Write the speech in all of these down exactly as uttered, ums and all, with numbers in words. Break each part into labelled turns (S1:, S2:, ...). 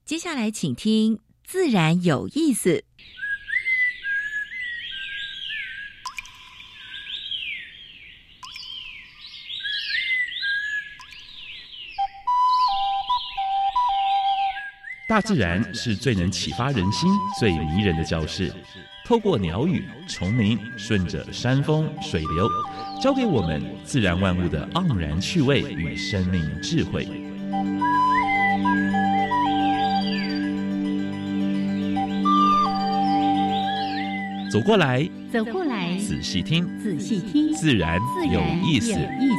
S1: 接下来请听自然有意思。
S2: 大自然是最能启发人心、最迷人的教室。透过鸟语、虫鸣，顺着山峰、水流，教给我们自然万物的盎然趣味与生命智慧。走过来，
S3: 走过来，
S2: 仔细听，
S3: 仔细听，
S2: 自然有意思。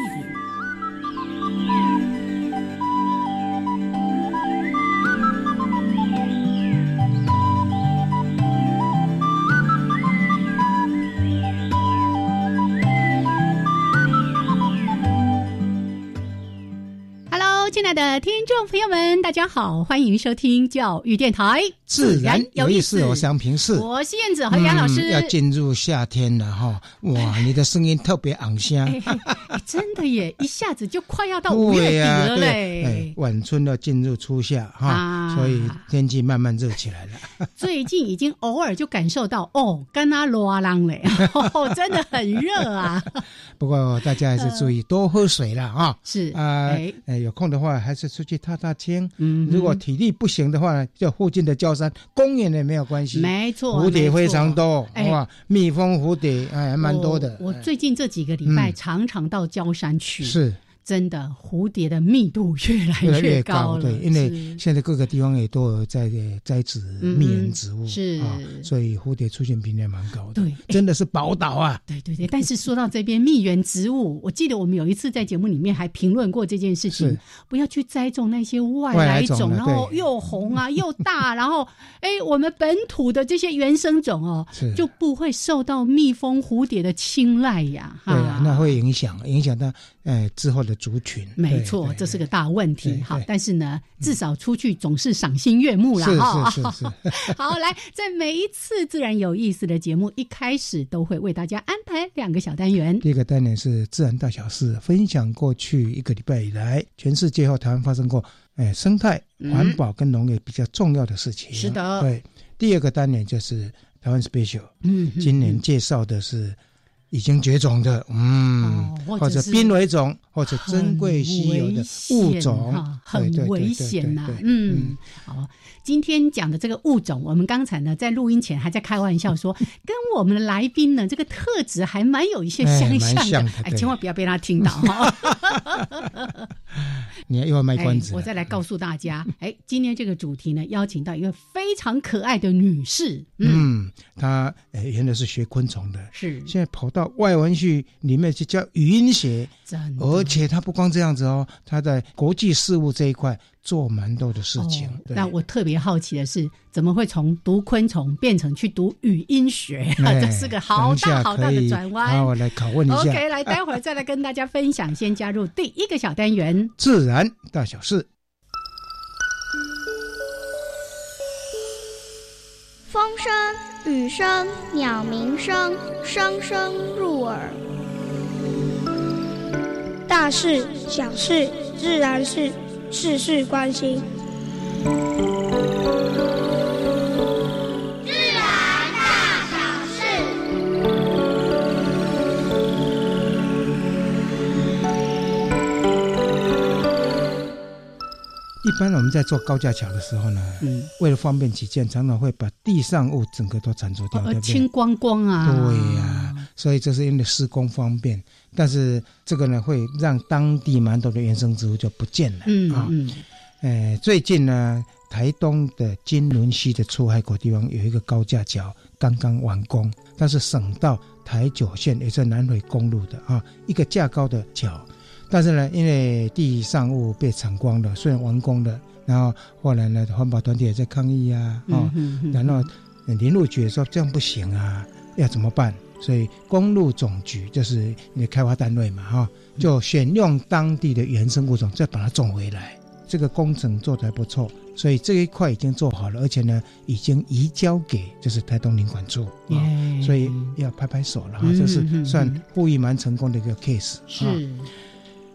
S3: 亲爱的听众朋友们，大家好，欢迎收听教育电台
S4: 自然有意思。我是杨平世，
S3: 我是燕子和杨老师、
S4: 嗯、要进入夏天了哈，哇，你的声音特别昂香、
S3: 哎哎哎、真的耶，一下子就快要到五月底了嘞、
S4: 啊哎、晚春要进入初夏哈、啊，所以天气慢慢热起来了。
S3: 最近已经偶尔就感受到哦，干那罗浪嘞，哦，真的很热啊。
S4: 不过大家还是注意多喝水了啊。
S3: 是
S4: 啊、呃哎，有空的话还是出去踏踏青。
S3: 嗯，
S4: 如果体力不行的话呢，就附近的郊山、公园也没有关系。
S3: 没错，
S4: 蝴蝶非常多，
S3: 哎、
S4: 哇，蜜蜂、蝴蝶哎还蛮多的。
S3: 我, 我最近这几个礼拜常常到郊山去。
S4: 嗯、是。
S3: 真的，蝴蝶的密度越来越高了。
S4: 对，因为现在各个地方也都有在栽植蜜源植物，
S3: 嗯、是、
S4: 啊，所以蝴蝶出现频率蛮高的。
S3: 对，
S4: 真的是宝岛啊！
S3: 对对对，但是说到这边蜜源植物，我记得我们有一次在节目里面还评论过这件事情，不要去栽种那些外来种，
S4: 种
S3: 然后又红啊又大，然后哎，我们本土的这些原生种哦，就不会受到蜜蜂、蝴蝶的青睐呀。
S4: 对啊，那会影响影响到哎之后的族群。
S3: 没错，这是个大问题。好，但是呢，至少出去总是赏心悦目啦。
S4: 哈、嗯，是是是是。
S3: 好，来，在每一次自然有意思的节目一开始，都会为大家安排两个小单元。
S4: 第一个单元是自然大小事，分享过去一个礼拜以来，全世界和台湾发生过哎生态、环保跟农业比较重要的事情。
S3: 是的。
S4: 对。第二个单元就是台湾 special，
S3: 嗯，
S4: 今年介绍的是已经绝种的，嗯，
S3: 哦、或,
S4: 或者濒危种，或者珍贵稀有的物种，
S3: 很危险呐、啊。嗯，好，今天讲的这个物种，我们刚才呢在录音前还在开玩笑说，跟我们的来宾呢这个特质还蛮有一些相像的，哎，
S4: 像的
S3: 哎千万不要被他听到哈。
S4: 你又要卖关子、
S3: 哎，我再来告诉大家，哎，今天这个主题呢，邀请到一个非常可爱的女士，
S4: 嗯，嗯她呃原来是学昆虫的，
S3: 是
S4: 现在跑到外文系里面去教语音学，而且她不光这样子哦，她在国际事务这一块做蛮多的事情。哦、
S3: 那我特别好奇的是，怎么会从读昆虫变成去读语音学？哎、这是个好大好大的转弯。
S4: 好，我来拷问一下。
S3: OK， 来，待会儿再来跟大家分享。先加入第一个小单元：
S4: 自然大小事。
S5: 风声、雨声、鸟鸣声，声声入耳。大事、小事、自然事，事事关心。
S6: 自然大小事。
S4: 一般我们在做高架桥的时候呢，嗯，为了方便起见，常常会把地上物整个都铲除掉，
S3: 哦、
S4: 对不对？
S3: 清光光啊！
S4: 对呀、啊，所以这是因为施工方便，但是这个呢会让当地蛮多的原生植物就不见了。
S3: 嗯
S4: 啊，
S3: 嗯，
S4: 呃，最近呢，台东的金轮溪的出海口地方有一个高架桥刚刚完工，但是省道台九线也是南回公路的啊，一个架高的桥。但是呢，因为地上物被铲光了，虽然完工了，然后后来呢，环保团体也在抗议啊，哦，
S3: 嗯嗯、
S4: 然后林务局也说这样不行啊，要怎么办？所以公路总局就是你的开发单位嘛，哈、哦，就选用当地的原生物种，再把它种回来。这个工程做得还不错，所以这一块已经做好了，而且呢，已经移交给就是台东林管处，哦
S3: yeah.
S4: 所以要拍拍手了哈，这是算呼吁蛮成功的一个 case。
S3: 是。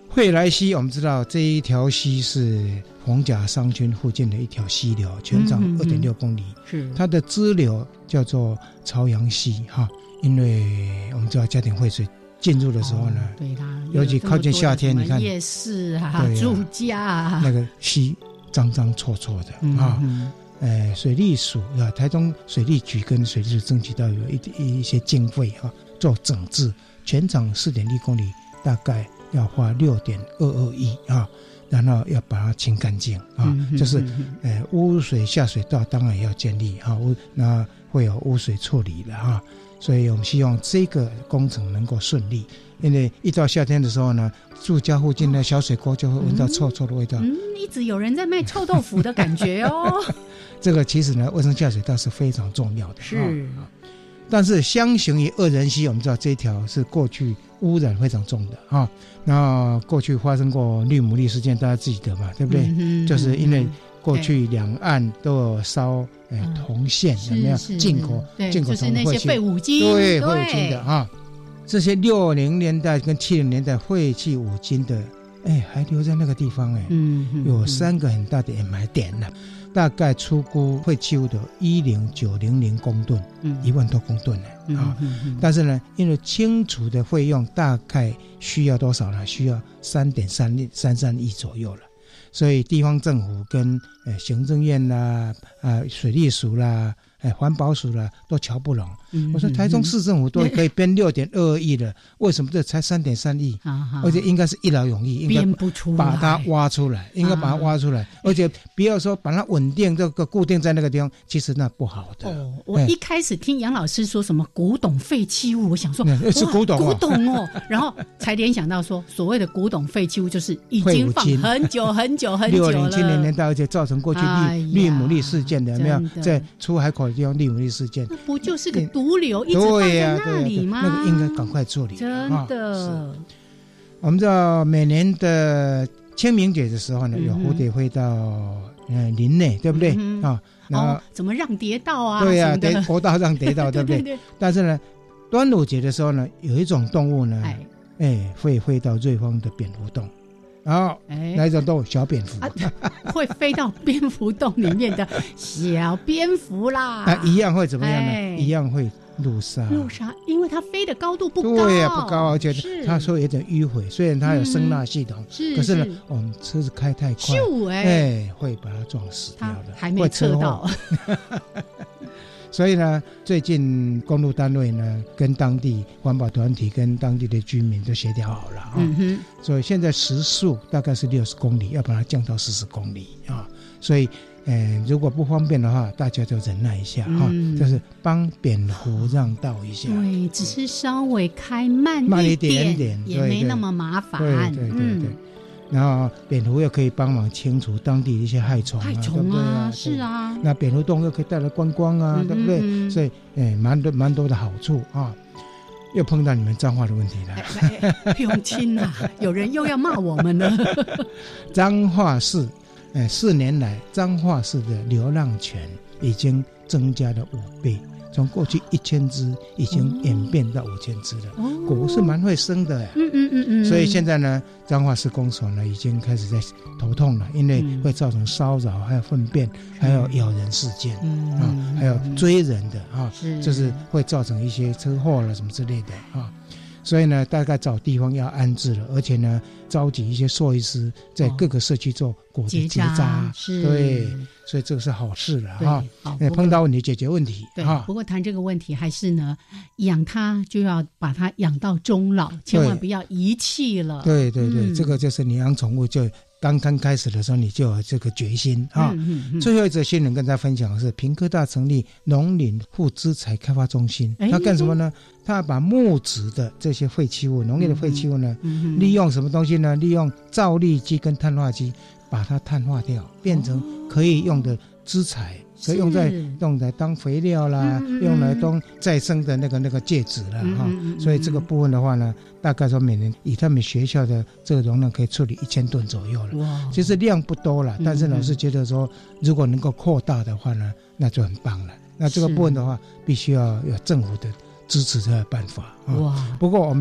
S4: 惠来溪我们知道这一条溪是逢甲商圈附近的一条溪流，全长 二点六公里、嗯、是它的支流叫做朝阳溪哈，因为我们知道家庭汇水进入的时候呢、哦、对它尤其靠近夏天，你看
S3: 夜市啊住家啊
S4: 那个溪脏脏臭臭的、嗯、啊呃，水利署啊，台中水利局跟水利署争取到有一一些经费啊，做整治，全长 四点一公里，大概要花 六点二二亿啊，然后要把它清干净啊，嗯、就是呃污水下水道当然也要建立啊，污那会有污水处理了哈、啊，所以我们希望这个工程能够顺利。因为一到夏天的时候呢，住家附近的小水沟就会闻到臭臭的味道。
S3: 嗯，一直有人在卖臭豆腐的感觉哦。
S4: 这个其实呢，卫生下水道是非常重要的。
S3: 是、
S4: 哦，但是相形于二仁溪，我们知道这一条是过去污染非常重的啊。那过去发生过绿牡蛎事件，大家记得嘛？对不对？嗯、就是因为过去两岸都有烧呃铜线，有没有进口进口铜
S3: 就是那些废五金，
S4: 对废五金的啊。这些六零年代跟七零年代废弃五金的，哎，还留在那个地方哎，嗯嗯、有三个很大的掩埋点了，大概粗估废弃物的一零九零零公吨，嗯，一万多公吨呢啊、嗯嗯嗯。但是呢，因为清除的费用大概需要多少呢？需要三点三三三亿左右了，所以地方政府跟呃行政院啦、啊、呃、水利署啦。哎，环保署啦都瞧不拢、嗯。我说台中市政府都可以编六点二二亿了，为什么这才三点三亿？而且应该是一劳永逸，应该把它挖出来，应该把它挖出来。啊、而且不要说把它稳定这个固定在那个地方，其实那不好的。
S3: 哦，我一开始听杨老师说什么古董废弃物，我想说
S4: 是古董、
S3: 哦，古董哦，然后才联想到说，所谓的古董废弃物就是已经放很久很久很久了。
S4: 六零七零年代，而且造成过去绿、哎、绿牡蛎事件的，有没有在出海口？地方绿牡蛎事件，
S3: 那不就是个毒瘤一直放在那里吗？
S4: 对啊对啊、那个应该赶快处理。
S3: 真的、
S4: 啊，我们知道每年的清明节的时候呢，嗯、有蝴蝶飞到呃林内，对不对、嗯、啊？然后、
S3: 哦、怎么让蝶道啊？
S4: 对呀、啊，国道让蝶道，对不对？对对对。但是呢，端午节的时候呢，有一种动物呢，哎，哎会飞到瑞芳的蝙蝠洞。然后、哎、那一种动物小蝙蝠、啊、
S3: 会飞到蝙蝠洞里面的小蝙蝠啦，
S4: 那一样会怎么样呢？哎、一样会路杀，
S3: 路杀，因为它飞的高度不高，
S4: 对呀、啊，不高，而且它说有点迂回，虽然它有声纳系统，嗯、是可是呢，我们车子开太快，哎、欸，会把它撞死掉的，
S3: 还没测到。
S4: 所以呢，最近公路单位呢，跟当地环保团体跟当地的居民都协调好了啊、嗯哼，所以现在时速大概是六十公里，要把它降到四十公里啊。所以，呃，如果不方便的话，大家就忍耐一下哈、嗯，就是帮蝙蝠让道一下。
S3: 对，只是稍微开慢
S4: 慢一
S3: 点
S4: 点，
S3: 也没那么麻烦。
S4: 对对对对。嗯，然后蝙蝠又可以帮忙清除当地的一些害虫啊，
S3: 害虫啊，
S4: 对不对啊？
S3: 是啊。
S4: 那蝙蝠洞又可以带来观光啊，嗯、对不对？嗯、所以，哎，蛮多蛮多的好处啊。又碰到你们彰化的问题了，
S3: 哎哎、不用亲啊，有人又要骂我们了。
S4: 彰化市，哎，四年来彰化市的流浪犬已经增加了五倍。从过去一千只已经演变到五千只了，哦、狗是蛮会生的，嗯嗯嗯嗯，所以现在呢，彰化市公所呢已经开始在头痛了，因为会造成骚扰，还有粪便，还有咬人事件，嗯啊，还有追人的啊，是就是会造成一些车祸了什么之类的啊。所以呢，大概找地方要安置了，而且呢，召集一些兽医师在各个社区做狗的结扎，是，对，所以这个是好事了哈。碰到问题解决问题，
S3: 对。不过谈这个问题还是呢，养它就要把它养到终老，千万不要遗弃了。
S4: 对对对，嗯、这个就是你养宠物就。刚刚开始的时候，你就有这个决心啊、嗯嗯嗯！最后一则新闻跟大家分享的是，屏科大成立农林副资材开发中心，它干什么呢？它要把木质的这些废弃物、农业的废弃物呢、嗯嗯，利用什么东西呢？利用造粒机跟碳化机把它碳化掉，变成可以用的资材。可以用在用来当肥料啦，嗯嗯、用来当再生的那个那个介质啦哈、嗯嗯，所以这个部分的话呢，大概说每年以他们学校的这个容量可以处理一千吨左右了。哇，其实量不多了，但是老师觉得说，如果能够扩大的话呢，那就很棒了。那这个部分的话，必须要有政府的支持才有办法啊。哇，不过我们也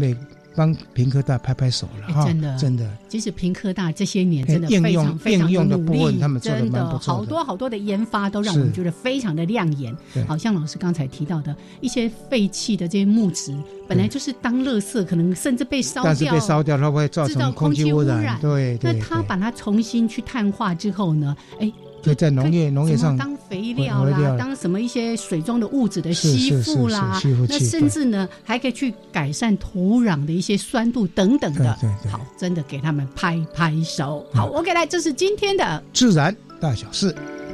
S4: 帮屏科大拍拍手了、欸、
S3: 真的
S4: 真的。
S3: 其实屏科大这些年真的非常非常的努力，
S4: 他们做得蛮不错的，
S3: 好多好多的研发都让我们觉得非常的亮眼。好像老师刚才提到的一些废弃的这些木质，本来就是当垃圾，可能甚至被烧掉，
S4: 但是被烧掉它会造成空气污染。对对。
S3: 那他把它重新去碳化之后呢？哎。
S4: 就在农业农业上
S3: 当肥料啦，当什么一些水中的物质的吸附啦，那甚至呢还可以去改善土壤的一些酸度等等的。
S4: 对对对，
S3: 好，真的给他们拍拍手。好，我给来，这是今天的
S4: 自然大小事。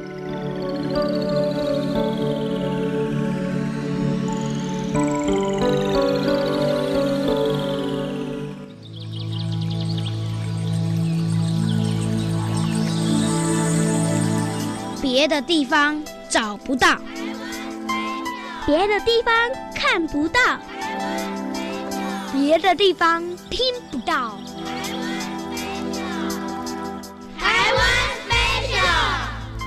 S5: 别的地方找不到，别的地方看不到，别的地方听不到。
S6: 台湾 Special。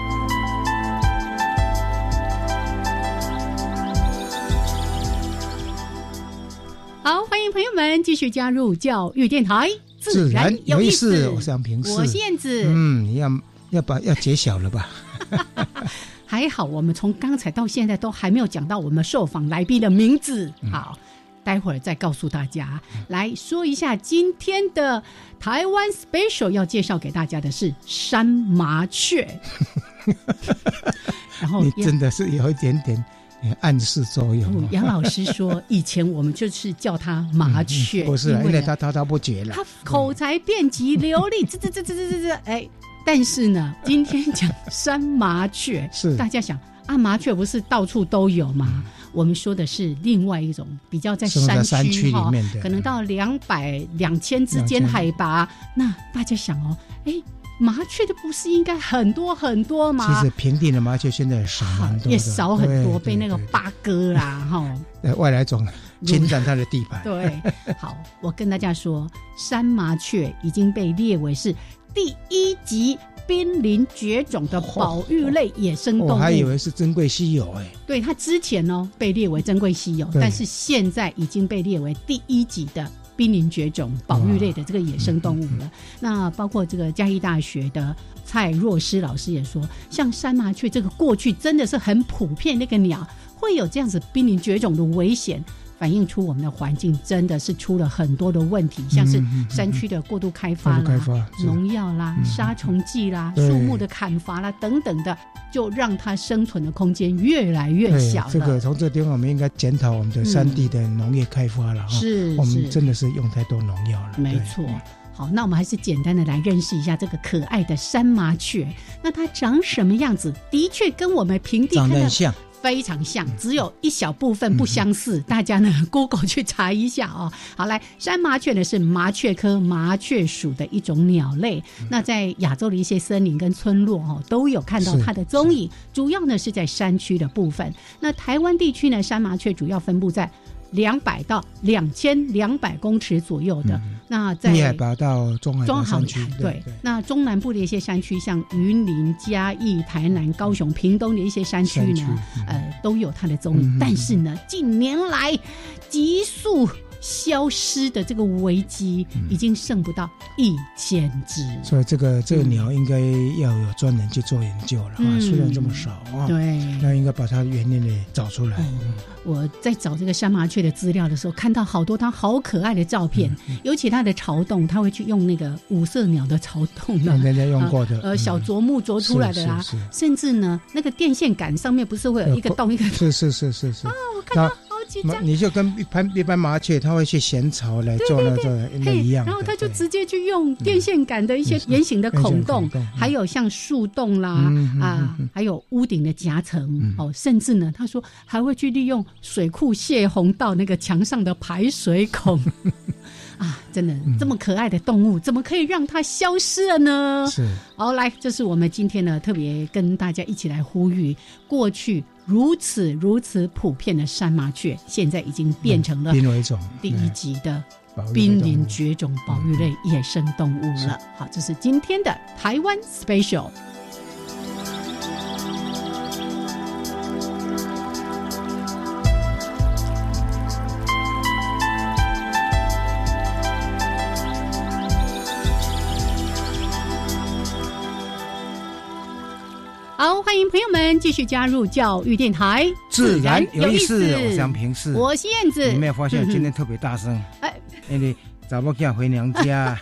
S3: 好，欢迎朋友们继续加入教育电台，
S4: 自然有意思。我是杨平，
S3: 我是燕子。
S4: 嗯，你要要把要揭晓了吧？
S3: 还好，我们从刚才到现在都还没有讲到我们受访来宾的名字。好，待会儿再告诉大家。来说一下今天的台湾 Special 要介绍给大家的是山麻雀。然后
S4: 你真的是有一点点暗示作用。
S3: 杨老师说，以前我们就是叫他麻雀，
S4: 嗯、不是，因为他滔滔不绝了，
S3: 他口才辩捷流利，这这这这这这哎。但是呢，今天讲山麻雀，
S4: 是
S3: 大家想啊，麻雀不是到处都有吗？嗯、我们说的是另外一种比较在山 区,
S4: 山区里面的，
S3: 可能到两百两千之间海拔。那大家想哦，哎，麻雀的不是应该很多很多吗？
S4: 其实平地的麻雀现在也少蛮多的，
S3: 也少很多，被那个八哥啦哈，
S4: 外来种侵占它的地盘。
S3: 对，好，我跟大家说，山麻雀已经被列为是第一级濒临绝种的保育类野生动物。
S4: 我还以为是珍贵稀有哎、欸。
S3: 对，它之前哦被列为珍贵稀有，但是现在已经被列为第一级的濒临绝种保育类的这个野生动物了。嗯、那包括这个嘉义大学的蔡若诗老师也说，像山麻雀这个过去真的是很普遍那个鸟，会有这样子濒临绝种的危险。反映出我们的环境真的是出了很多的问题，像是山区的过度开发啦、农药啦、杀虫剂啦、树木的砍伐啦等等的，就让它生存的空间越来越小了。
S4: 这个从这地方我们应该检讨我们的山地的农业开发了、嗯、是，我们真的是用太多农药了。
S3: 没错。好，那我们还是简单的来认识一下这个可爱的山麻雀。那它长什么样子？的确跟我们平地看到
S4: 像
S3: 非常像，只有一小部分不相似。嗯、大家呢 Google 去查一下哦。好，来，山麻雀呢是麻雀科麻雀属的一种鸟类。嗯、那在亚洲的一些森林跟村落哦，都有看到它的踪影。主要呢是在山区的部分。那台湾地区呢，山麻雀主要分布在两百到两千两百公尺左右的。嗯、那在
S4: 低海拔到中海拔山区，
S3: 对, 对, 对，那中南部的一些山区，像云林、嘉义、台南、高雄、屏东的一些山区呢，嗯、呃，都有它的踪影。嗯、但是呢，近年来急速消失的这个危机，已经剩不到一千只。
S4: 所以这个这个鸟应该要有专人去做研究了、嗯、啊，虽然这么少啊，
S3: 对，
S4: 那应该把它原因呢找出来。
S3: 嗯我在找这个山麻雀的资料的时候，看到好多它好可爱的照片，嗯嗯、尤其它的巢洞，它会去用那个五色鸟的巢洞啊，
S4: 人家用过的，
S3: 呃，呃小啄木啄出来的啦、啊，甚至呢，那个电线杆上面不是会有一个洞一个洞，
S4: 是是是是是
S3: 啊，我看到好几张，
S4: 你就跟一般一般麻雀，它会去衔巢来做那个那一样的，
S3: 然后它就直接去用电线杆的一些圆形的孔洞，嗯、还有像树洞啦、嗯、啊，嗯、还有屋顶的夹层、嗯、哦，甚至呢，他说还会去利用水库泄洪到那个墙上的排水孔啊，真的、嗯、这么可爱的动物怎么可以让它消失了呢？
S4: 是，
S3: 好，来，这是我们今天呢特别跟大家一起来呼吁，过去如此如此普遍的山麻雀，现在已经变成了第一级的濒临绝种保育类野生动物了。好，这是今天的台湾 Special。 迎朋友们继续加入教育电台，
S4: 自然有意思。我是杨平是，
S3: 我是燕子。
S4: 有没有发现今天特别大声？哎、嗯，因为找不见回娘家。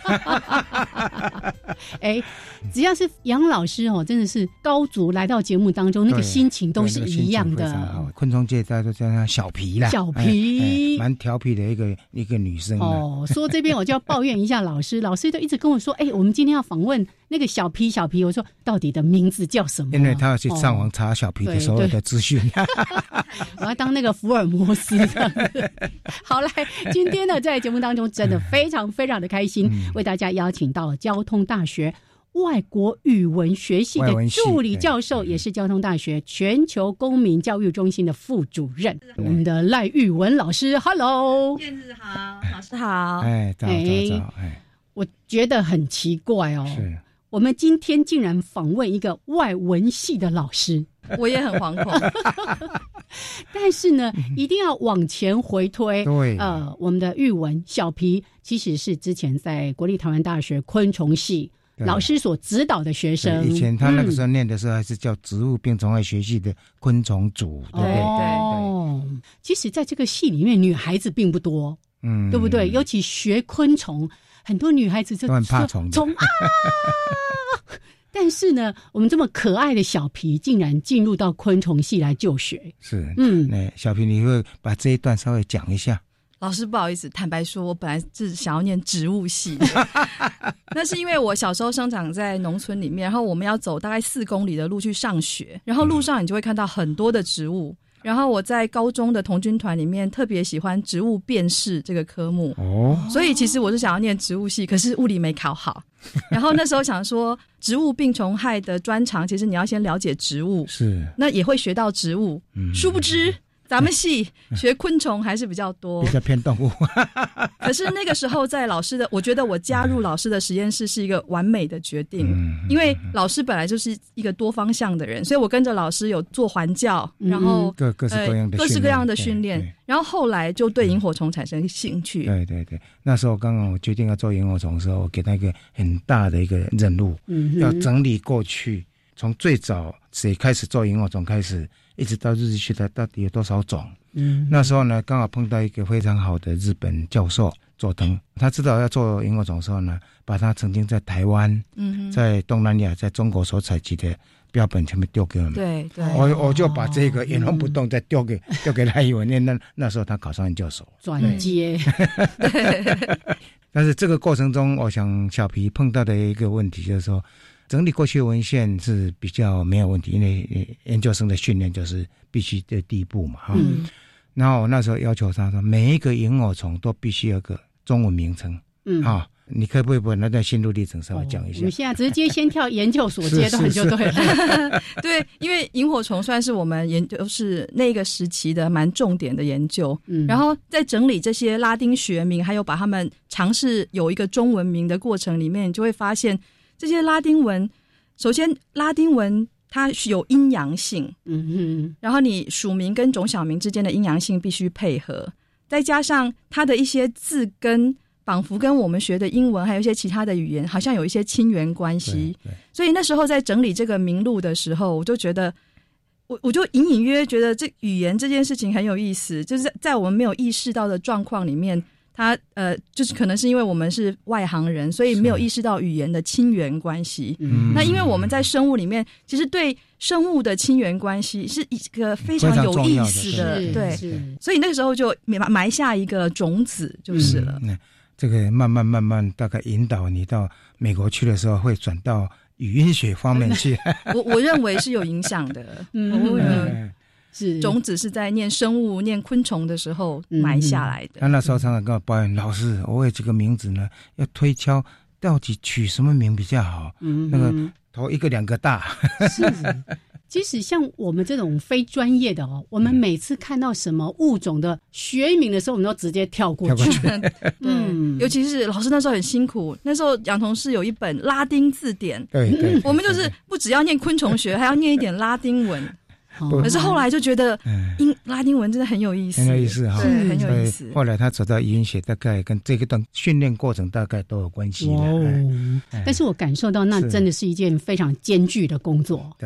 S3: 哎，只要是杨老师哦，真的是高足来到节目当中，那个心情都是一样的。
S4: 那個、昆虫界大家都叫她小皮啦，
S3: 小皮，
S4: 蛮、哎哎、调皮的一个一个女生。
S3: 哦，说这边我就要抱怨一下老师，老师都一直跟我说，哎，我们今天要访问那个小皮，小皮，我说到底的名字叫什么？
S4: 因为他要去上网查小皮的所有的资讯。
S3: 哦、我要当那个福尔摩斯这样子。好，来，今天呢，在节目当中真的非常非常的开心，嗯、为大家邀请到交通大学外国语文学系的助理教授，也是交通大学全球公民教育中心的副主任，我们的赖玉文老师。Hello，
S7: 燕子好，老师好。
S4: 哎，早早早。哎，
S3: 我觉得很奇怪哦，是我们今天竟然访问一个外文系的老师，
S7: 我也很惶恐。
S3: 但是呢，一定要往前回推。
S4: 对，
S3: 呃，我们的玉文小皮其实是之前在国立台湾大学昆虫系老师所指导的学生。
S4: 以前他那个时候念的时候还是叫植物病虫害学系的昆虫组，对不对？
S3: 哦，对对。其实在这个系里面，女孩子并不多，嗯，对不对？尤其学昆虫，很多女孩子就
S4: 都很怕虫
S3: 虫啊。但是呢，我们这么可爱的小皮竟然进入到昆虫系来就学。
S4: 是，嗯，那小皮，你会把这一段稍微讲一下？
S7: 老师不好意思，坦白说，我本来是想要念植物系的，那是因为我小时候生长在农村里面，然后我们要走大概四公里的路去上学，然后路上你就会看到很多的植物。嗯，然后我在高中的童军团里面特别喜欢植物辨识这个科目，哦，所以其实我是想要念植物系，可是物理没考好。然后那时候想说，植物病虫害的专长，其实你要先了解植物，
S4: 是，
S7: 那也会学到植物。嗯，殊不知咱们系学昆虫还是比较多，
S4: 比较偏动物。
S7: 可是那个时候在老师的，我觉得我加入老师的实验室是一个完美的决定，嗯，因为老师本来就是一个多方向的人，所以我跟着老师有做环教，嗯，然后
S4: 各各式各样的、
S7: 呃、各式各样的训练，然后后来就对萤火虫产生兴趣。
S4: 对对对，那时候刚刚我决定要做萤火虫的时候，我给他一个很大的一个任务，嗯，要整理过去，从最早谁开始做萤火虫开始，一直到日去的到底有多少种。嗯，那时候呢，刚好碰到一个非常好的日本教授佐藤，他知道要做萤火虫的时候呢，把他曾经在台湾、嗯、在东南亚、在中国所采集的标本全部丢给我们。
S7: 对对，
S4: 我我就把这个原封不动再丢给丢给他一文念。那那时候他考上研究所，
S3: 转接。
S4: 但是这个过程中，我想小皮碰到的一个问题就是说，整理过去的文献是比较没有问题，因为研究生的训练就是必须的第一步嘛，哈。嗯。然后我那时候要求他说，每一个萤火虫都必须有个中文名称，嗯，啊，你可不可以把那段心路历程稍微讲一下？
S3: 我们现在直接先跳研究所阶段就对了。
S7: 是是是对，因为萤火虫算是我们研究是那个时期的蛮重点的研究，嗯，然后在整理这些拉丁学名，还有把它们尝试有一个中文名的过程里面，你就会发现这些拉丁文，首先拉丁文它有阴阳性，嗯哼，然后你属名跟种小名之间的阴阳性必须配合，再加上它的一些字根仿佛跟我们学的英文还有一些其他的语言好像有一些亲缘关系，所以那时候在整理这个名录的时候，我就觉得我我就隐隐约约觉得这语言这件事情很有意思，就是在我们没有意识到的状况里面，他呃，就是可能是因为我们是外行人，所以没有意识到语言的亲缘关系。嗯，那因为我们在生物里面，其实对生物的亲缘关系是一个非常有意思的，的对，所以那个时候就埋埋下一个种子就是了。
S4: 嗯，这个慢慢慢慢大概引导你到美国去的时候，会转到语音学方面去。
S7: 我我认为是有影响的。嗯。嗯，是种子是在念生物、念昆虫的时候埋下来的。
S4: 他、嗯、那时候常常跟我抱怨，老师，我有几个名字呢，要推敲，到底取什么名比较好？嗯，那个头一个两个大。
S3: 是。即使像我们这种非专业的哦，我们每次看到什么物种的学名的时候，我们都直接跳过去。
S7: 跳过去嗯，尤其是老师那时候很辛苦，那时候杨同事有一本拉丁字典，
S4: 对对、嗯，
S7: 我们就是不只要念昆虫学，还要念一点拉丁文。可是后来就觉得英拉丁文真的很有意思，
S4: 很有意思哈，
S7: 对，很有意思。
S4: 后来他走到语音学，大概跟这个段训练过程大概都有关系的。
S3: 哦，但是我感受到那真的是一件非常艰巨的工作。
S4: 对。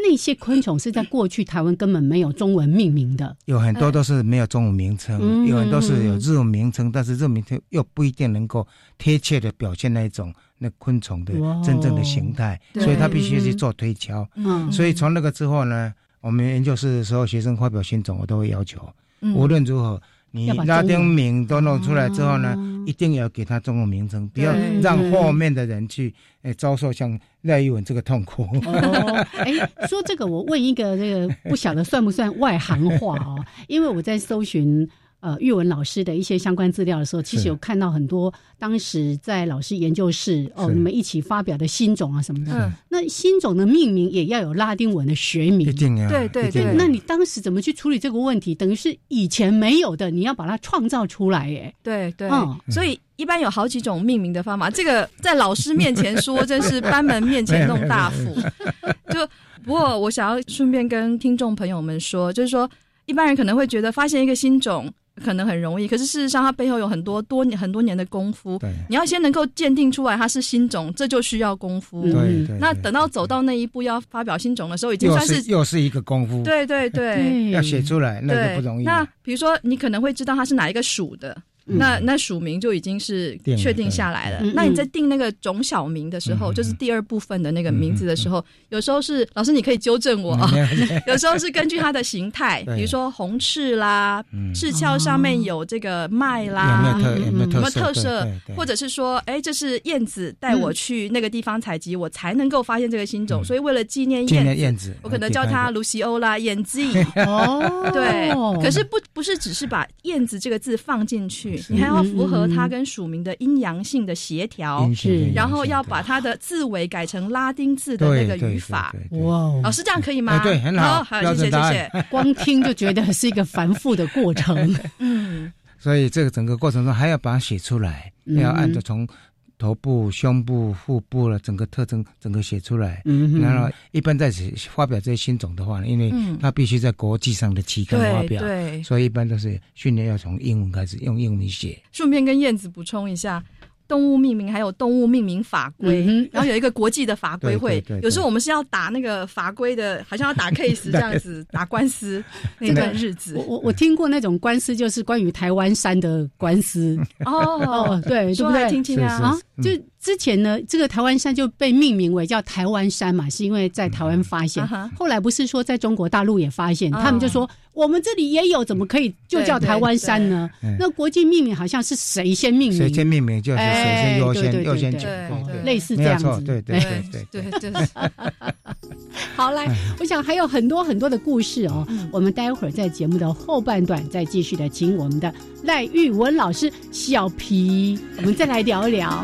S3: 那些昆虫是在过去台湾根本没有中文命名的，
S4: 有很多都是没有中文名称，嗯、有很多是有日文名称，但是日文名称又不一定能够贴切的表现那一种那昆虫的真正的形态，所以他必须去做推敲。嗯，所以从那个之后呢，我们研究室的时候，学生发表新种，我都会要求，嗯、无论如何。你拉丁名都弄出来之后呢，哦、一定要给它中文名称，不要让后面的人去诶遭受像赖玉文这个痛苦。
S3: 哦，哎，说这个我问一个这个不晓得算不算外行话哦，因为我在搜寻呃玉文老师的一些相关资料的时候，其实有看到很多当时在老师研究室哦你们一起发表的新种啊什么的。那新种的命名也要有拉丁文的学名，
S4: 一定要。
S7: 对对对。
S3: 那你当时怎么去处理这个问题？等于是以前没有的，你要把它创造出来耶。
S7: 对对。嗯，所以一般有好几种命名的方法，这个在老师面前说，真是班门面前弄大斧。就不过我想要顺便跟听众朋友们说，就是说一般人可能会觉得发现一个新种可能很容易，可是事实上它背后有很多多年很多年的功夫。你要先能够鉴定出来它是新种，这就需要功夫。
S4: 对对对。
S7: 那等到走到那一步要发表新种的时候，已经算是
S4: 又是又是一个功夫。
S7: 对对对。
S4: 要写出来那就不容易。
S7: 那比如说你可能会知道它是哪一个属的。嗯、那那属名就已经是确定下来了。那你在定那个种小名的时候，嗯、就是第二部分的那个名字的时候，嗯、有时候是老师你可以纠正我，嗯、有时候是根据它的形态，比如说红翅啦，嗯、翅鞘上面有这个麦啦，
S4: 有没有特有没有
S7: 特色，或者是说，哎，这是燕子带我去那个地方采集，嗯、我才能够发现这个新种，嗯、所以为了纪念燕子，
S4: 燕子
S7: 我可能叫它卢西欧啦，燕子。哦，对，可是不不是只是把燕子这个字放进去。你还要符合它跟属名的阴阳性的协调，是，然后要把它的字尾改成拉丁字的那个语法。哇，老师这样可以吗？
S4: 对，很好，
S7: 好，谢谢谢谢。
S3: 光听就觉得是一个繁复的过程。
S7: 嗯，
S4: 所以这个整个过程中还要把它写出来，要按照从头部、胸部、腹部的整个特征整个写出来。嗯，然后一般在发表这些新种的话，因为它必须在国际上的期刊发表，对，所以一般都是训练要从英文开始，用英文写。
S7: 顺便跟燕子补充一下。动物命名还有动物命名法规，嗯、然后有一个国际的法规会，有时候我们是要打那个法规的，好像要打 case 这样子，打官司那段日子。
S3: 我我我听过那种官司，就是关于台湾山的官司。哦哦，对，对不对？
S7: 听听啊，
S3: 啊，就之前呢，这个台湾山就被命名为叫台湾山嘛，是因为在台湾发现。嗯、后来不是说在中国大陆也发现，嗯、他们就说我们这里也有，怎么可以就叫台湾山呢？那国际命名好像是谁先命名？
S4: 谁先命名就是谁先优先优先权，
S3: 类似这样子。
S4: 对对对对对对。
S3: 好，来，我想还有很多很多的故事哦。我们待会儿在节目的后半段再继续的，请我们的赖玉文老师小皮，我们再来聊一聊。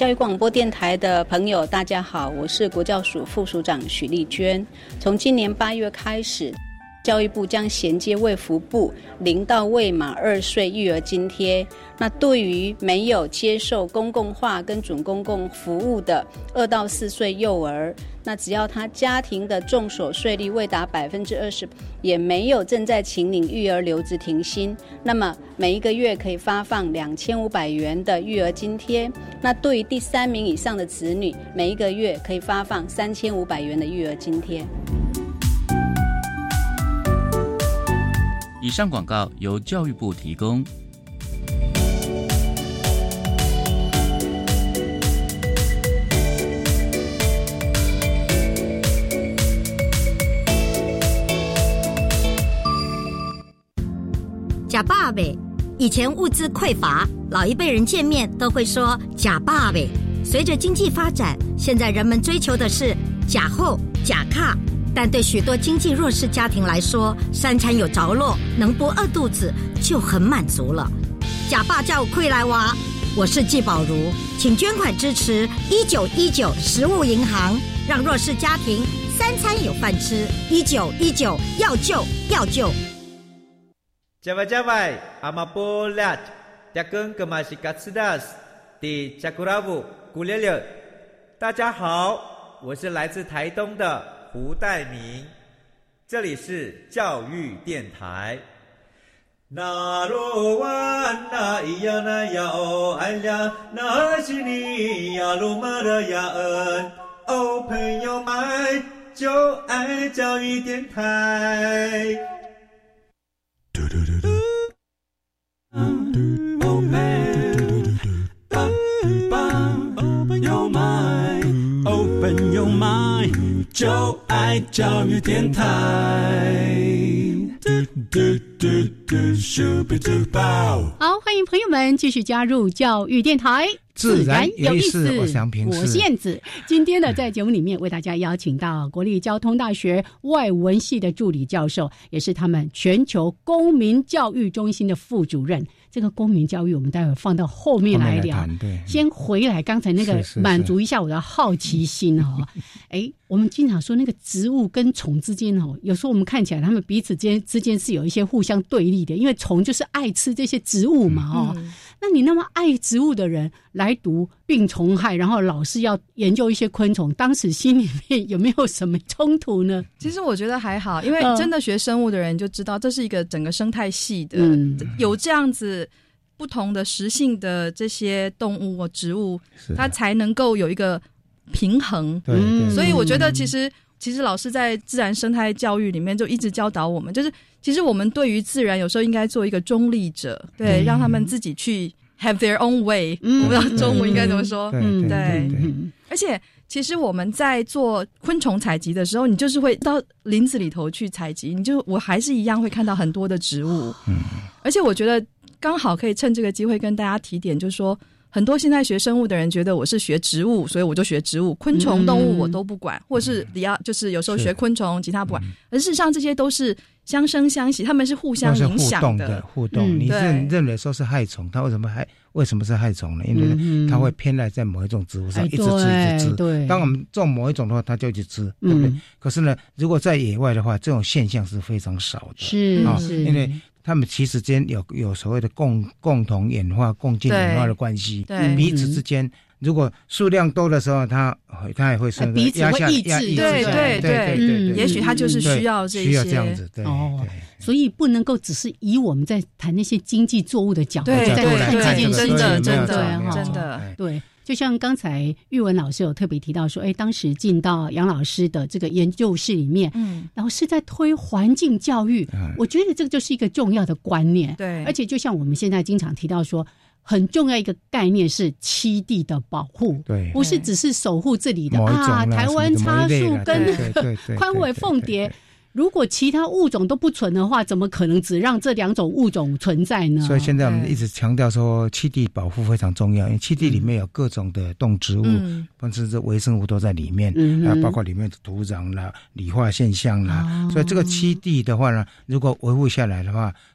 S8: 教育广播电台的朋友大家好，我是国教署副署长许丽娟。从今年八月开始，教育部将衔接卫福部零到未满二岁育儿津贴，那对于没有接受公共化跟准公共服务的二到四岁幼儿，那只要他家庭的综所税率未达百分之二十，也没有正在请领育儿留职停薪，那么每一个月可以发放两千五百元的育儿津贴。那对于第三名以上的子女，每一个月可以发放三千五百元的育儿津贴。
S9: 以上广告由教育部提供。
S10: 假爸呗，以前物资匮乏，老一辈人见面都会说假爸呗。随着经济发展，现在人们追求的是假后、假卡。但对许多经济弱势家庭来说，三餐有着落，能不饿肚子就很满足了。假爸叫亏来娃，我是季宝如，请捐款支持一九一九食物银行，让弱势家庭三餐有饭吃。一九一九要救要救。
S11: Jawai-jawai, amapolat, jakeng kemasigatsidas, di Jakuravu, Gulele。大家好，我是来自台东的胡代明，这里是教育电台。那罗哇那咿呀那呀哦哎呀，那是你呀鲁玛的呀恩哦，朋友们就爱教育电台。Open your mind, open your mind， 就爱教育电台。
S3: 好，欢迎朋友们继续加入教育电台。
S4: 自然有意思，我想平
S3: 我是燕子。今天呢，在节目里面为大家邀请到国立交通大学外文系的助理教授，也是他们全球公民教育中心的副主任。这个公民教育我们待会放到后面来聊，先回来刚才那个满足一下我的好奇心哦。哎，我们经常说那个植物跟虫之间哦，有时候我们看起来他们彼此之间之间是有一些互相对立的，因为虫就是爱吃这些植物嘛哦。嗯，那你那么爱植物的人来读病虫害，然后老是要研究一些昆虫，当时心里面有没有什么冲突呢？
S7: 其实我觉得还好，因为真的学生物的人就知道这是一个整个生态系的，
S3: 嗯，
S7: 有这样子不同的食性的这些动物或植物，它才能够有一个平衡。
S4: 对，对，
S7: 所以我觉得其实其实老师在自然生态教育里面就一直教导我们，就是其实我们对于自然有时候应该做一个中立者，对，嗯，让他们自己去 have their own way，嗯，我不知道中文应该怎么说，
S3: 嗯，
S7: 对，
S3: 对，嗯，
S7: 而且其实我们在做昆虫采集的时候，你就是会到林子里头去采集，你就我还是一样会看到很多的植物，
S4: 嗯，
S7: 而且我觉得刚好可以趁这个机会跟大家提点，就是说很多现在学生物的人觉得我是学植物，所以我就学植物，昆虫动物我都不管，嗯，或者是你要就是有时候学昆虫其他不管，嗯，而事实上这些都是相生相息，他们是互相影响的，
S4: 互动的互动，嗯，你认认为说是害虫，它为什么还为什么是害虫呢？因为它会偏爱在某一种植物上，嗯，一直吃一直吃，
S3: 对，
S4: 当我们种某一种的话它就一直吃，对不对，嗯，可是呢如果在野外的话，这种现象是非常少的，
S3: 是，
S4: 啊，
S3: 是，
S4: 因为他们其实间有有所谓的共共同演化、共进演化的关系，彼此之间，如果数量多的时候，它它也会生
S3: 彼此会抑制，
S7: 对对对对对，也许它就是需要这些，
S4: 需要这样子，对
S3: 哦，所以不能够只是以我们在谈那些经济作物的角度
S7: 在
S3: 看这件事情，
S7: 真的真
S3: 的
S7: 真的
S3: 对。就像刚才玉文老师有特别提到说，哎，当时进到杨老师的这个研究室里面，嗯，然后是在推环境教育，嗯，我觉得这个就是一个重要的观念，
S7: 对，
S3: 而且就像我们现在经常提到说，很重要一个概念是栖地的保护，
S4: 对，
S3: 不是只是守护这里的啊，台湾叉树跟宽尾凤蝶。如果其他物种都不存的话，怎么可能只让这两种物种存在呢？
S4: 所以现在我们一直强调说栖地保护非常重要，因为栖地里面有各种的动植物，嗯，甚至微生物都在里面，嗯，啊，包括里面的土壤啦、理化现象啦，哦，所以这个栖地的话呢，如果维护下来的话，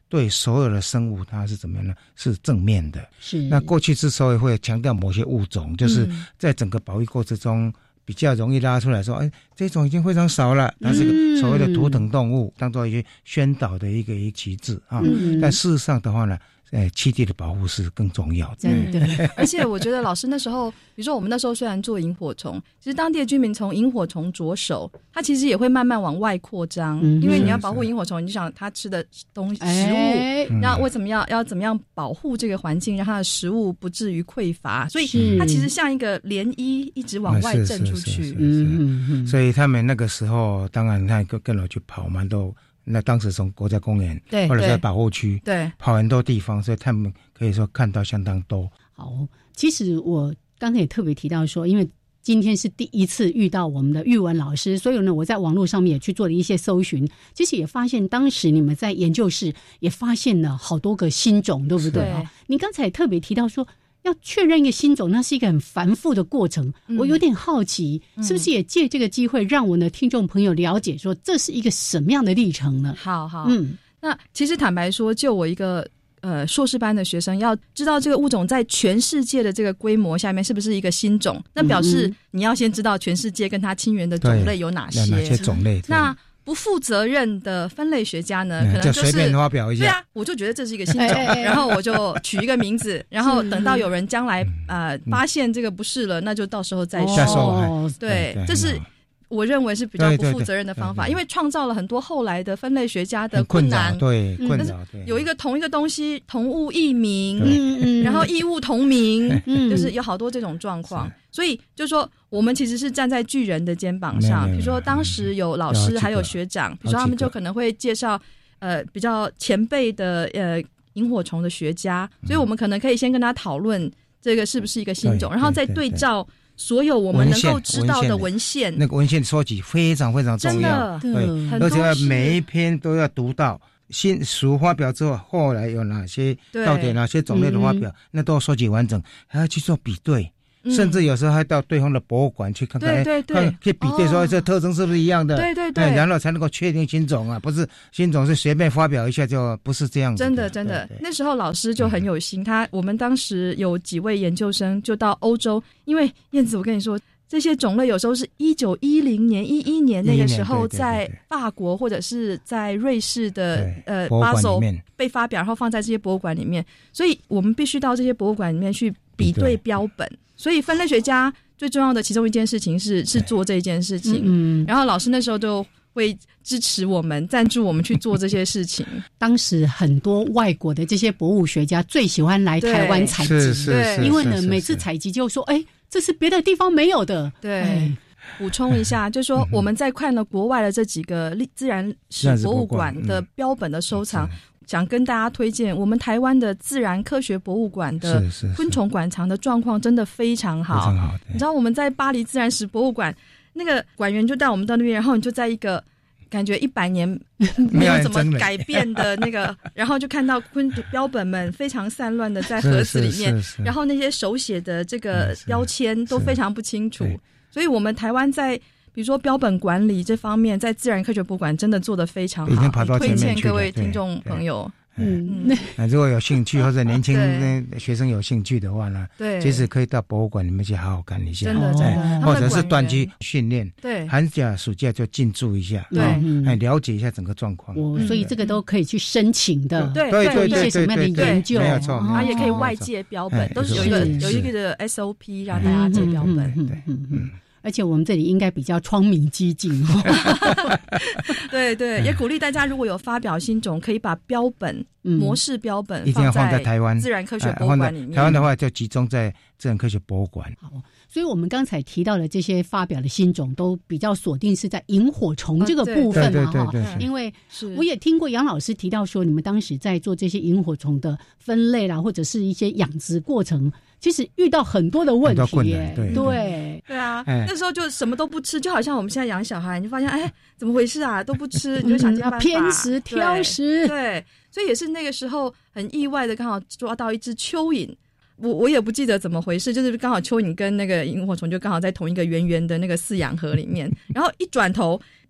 S4: 对所有的生物它是怎么样呢？是正面的。
S3: 是。
S4: 那过去之所以会强调某些物种，就是在整个保育过程中比较容易拉出来说，哎，这种已经非常少了，它是个所谓的图腾动物，当做一些宣导的一个一个旗帜啊。嗯、但事实上的话呢，呃，栖地的保护是更重要的。
S7: 真的，而且我觉得老师那时候，比如说我们那时候虽然做萤火虫，其实当地的居民从萤火虫着手，它其实也会慢慢往外扩张，嗯、因为你要保护萤火虫，你就想它吃的东西、食物，那为什么要要怎么样保护这个环境，让它的食物不至于匮乏？所以它其实像一个涟漪，一直往外震出去。
S4: 嗯嗯，所以他们那个时候，当然他跟跟我去跑蛮多。那当时从国家公园或者在保护区
S7: 对
S4: 跑很多地方，所以他们可以说看到相当多。
S3: 好，其实我刚才也特别提到说，因为今天是第一次遇到我们的育文老师，所以呢我在网络上面也去做了一些搜寻，其实也发现当时你们在研究室也发现了好多个新种，对不对？对，你刚才也特别提到说要确认一个新种，那是一个很繁复的过程。嗯、我有点好奇，嗯、是不是也借这个机会让我的听众朋友了解说这是一个什么样的历程呢？
S7: 好好，嗯，那其实坦白说，就我一个呃硕士班的学生，要知道这个物种在全世界的这个规模下面是不是一个新种，那表示你要先知道全世界跟它亲缘的种类有哪些，
S4: 哪些种类。
S7: 那不负责任的分类学家呢，可能就是
S4: 随便发表一下，
S7: 对啊，我就觉得这是一个新种，然后我就取一个名字，然后等到有人将来呃发现这个不是了，那就到时候再说。
S4: 哦，
S7: 对，这是我认为是比较不负责任的方法，因为创造了很多后来的分类学家的困难。
S4: 对，困扰。对，
S7: 有一个同一个东西，同物异名，嗯，然后异物同名，就是有好多这种状况。所以就是说，我们其实是站在巨人的肩膀上。比如说，当时有老师还有学长，比如说他们就可能会介绍呃比较前辈的呃萤火虫的学家，所以我们可能可以先跟他讨论这个是不是一个新种，然后再对照所有我们能够知道的文献，
S4: 那个文献收集非常非常重要，
S7: 对，
S4: 而且每一篇都要读到。新书发表之后，后来有哪些到底哪些种类的发表，那都要收集完整，还要去做比对。甚至有时候还到对方的博物馆去看看，
S7: 对对对，
S4: 去比对说这特征是不是一样的，
S7: 对对对，
S4: 然后才能够确定新种啊，不是新种是随便发表一下就不是这样子的。
S7: 真的真的，那时候老师就很有心，他我们当时有几位研究生就到欧洲，因为燕子我跟你说。这些种类有时候是一九一零年、一一年那个时候，在法国或者是在瑞士的呃巴塞被发表，然后放在这些博物馆里面，所以我们必须到这些博物馆里面去比对标本。所以分类学家最重要的其中一件事情是是做这件事情。嗯，然后老师那时候就会支持我们、赞助我们去做这些事情。
S3: 当时很多外国的这些博物学家最喜欢来台湾采集，
S4: 对，
S3: 因为呢每次采集就说，哎。这是别的地方没有的。
S7: 对，哎、补充一下，就是说我们在看了国外的这几个自然史博物馆的标本的收藏，嗯、想跟大家推荐我们台湾的自然科学博物馆的昆虫馆藏的状况真的非常好。
S4: 非常好，
S7: 你知道我们在巴黎自然史博物馆，那个馆员就带我们到那边，然后你就在一个。感觉一百年没有怎么改变的那个，然后就看到昆标本们非常散乱的在盒子里面，
S4: 是是是是然
S7: 后那些手写的这个标签都非常不清楚，所以我们台湾在比如说标本管理这方面，在自然科学博物馆真的做得非常好，
S4: 已经跑到前面去了，
S7: 推荐各位听众朋友。
S3: 嗯，
S4: 那如果有兴趣或者年轻学生有兴趣的话呢，
S7: 对，
S4: 其实可以到博物馆里面去好好看一下，
S7: 真的，真的，
S4: 或者是短期训练，
S7: 对，
S4: 寒假暑假就进驻一下，
S7: 对，
S4: 哎，了解一下整个状况。
S3: 哦，所以这个都可以去申请的，
S7: 对，
S4: 对，
S3: 做一些什么样的研究，
S4: 没有错，
S7: 然后也可以外借标本，都是有一个有一个的 S O P 让大家借标本，
S3: 对，嗯嗯。而且我们这里应该比较窗明几净，
S7: 对对，也鼓励大家如果有发表新种，可以把标本、嗯、模式标本
S4: 一定要放在台湾
S7: 自然科学博物馆里面。
S4: 台湾的话就集中在自然科学博物馆。
S3: 好，所以我们刚才提到的这些发表的新种，都比较锁定是在萤火虫这个部分嘛，哈、啊。因为我也听过杨老师提到说，你们当时在做这些萤火虫的分类啦，或者是一些养殖过程。其实遇到很多的问题耶，
S4: 对
S3: 对
S7: 对啊，那时候就什么都不吃，就好像我们现在养小孩，你就发现哎，怎么回事啊？都不吃，你就想尽办法
S3: 偏食挑食，
S7: 对，所以也是那个时候很意外的，刚好抓到一只蚯蚓。我我也不记得怎么回事，就是刚好蚯蚓跟那个萤火虫就刚好在同一个圆圆的那个饲养盒里面，然后一转头。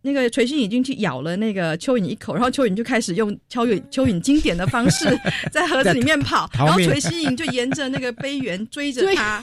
S7: 那个垂心已经去咬了那个蚯蚓一口，然后蚯蚓就开始用蚯蚓蚯蚓经典的方式在盒子里面跑，然后垂心蝇就沿着那个杯缘追着它，